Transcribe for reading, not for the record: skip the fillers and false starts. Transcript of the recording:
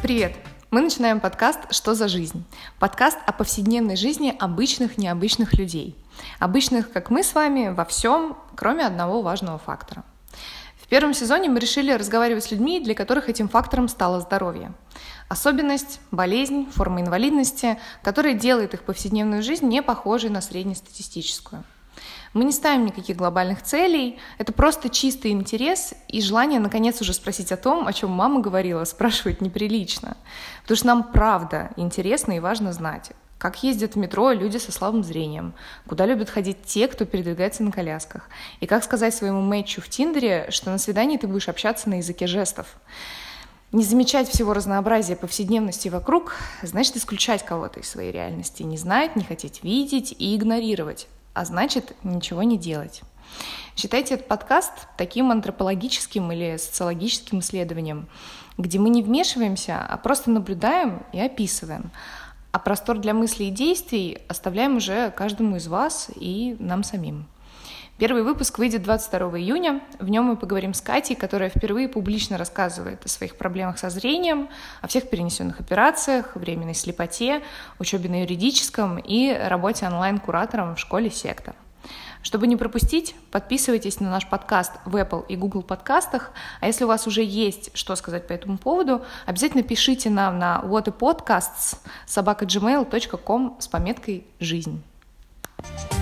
Привет! Мы начинаем подкаст «Что за жизнь?». Подкаст о повседневной жизни обычных, необычных людей. Обычных, как мы с вами, во всем, кроме одного важного фактора. В первом сезоне мы решили разговаривать с людьми, для которых этим фактором стало здоровье. Особенность, болезнь, форма инвалидности, которая делает их повседневную жизнь не похожей на среднестатистическую. Мы не ставим никаких глобальных целей, это просто чистый интерес и желание наконец уже спросить о том, о чем мама говорила, спрашивать неприлично. Потому что нам правда интересно и важно знать, как ездят в метро люди со слабым зрением, куда любят ходить те, кто передвигается на колясках, и как сказать своему мэтчу в Тиндере, что на свидании ты будешь общаться на языке жестов. Не замечать всего разнообразия повседневности вокруг значит исключать кого-то из своей реальности, не знать, не хотеть видеть и игнорировать. А значит, ничего не делать. Считайте этот подкаст таким антропологическим или социологическим исследованием, где мы не вмешиваемся, а просто наблюдаем и описываем. А простор для мыслей и действий оставляем уже каждому из вас и нам самим. Первый выпуск выйдет 22 июня. В нем мы поговорим с Катей, которая впервые публично рассказывает о своих проблемах со зрением, о всех перенесенных операциях, временной слепоте, учебе на юридическом и работе онлайн-куратором в школе «Секта». Чтобы не пропустить, подписывайтесь на наш подкаст в Apple и Google подкастах, а если у вас уже есть что сказать по этому поводу, обязательно пишите нам на whatapodcasts@gmail.com с пометкой «Жизнь».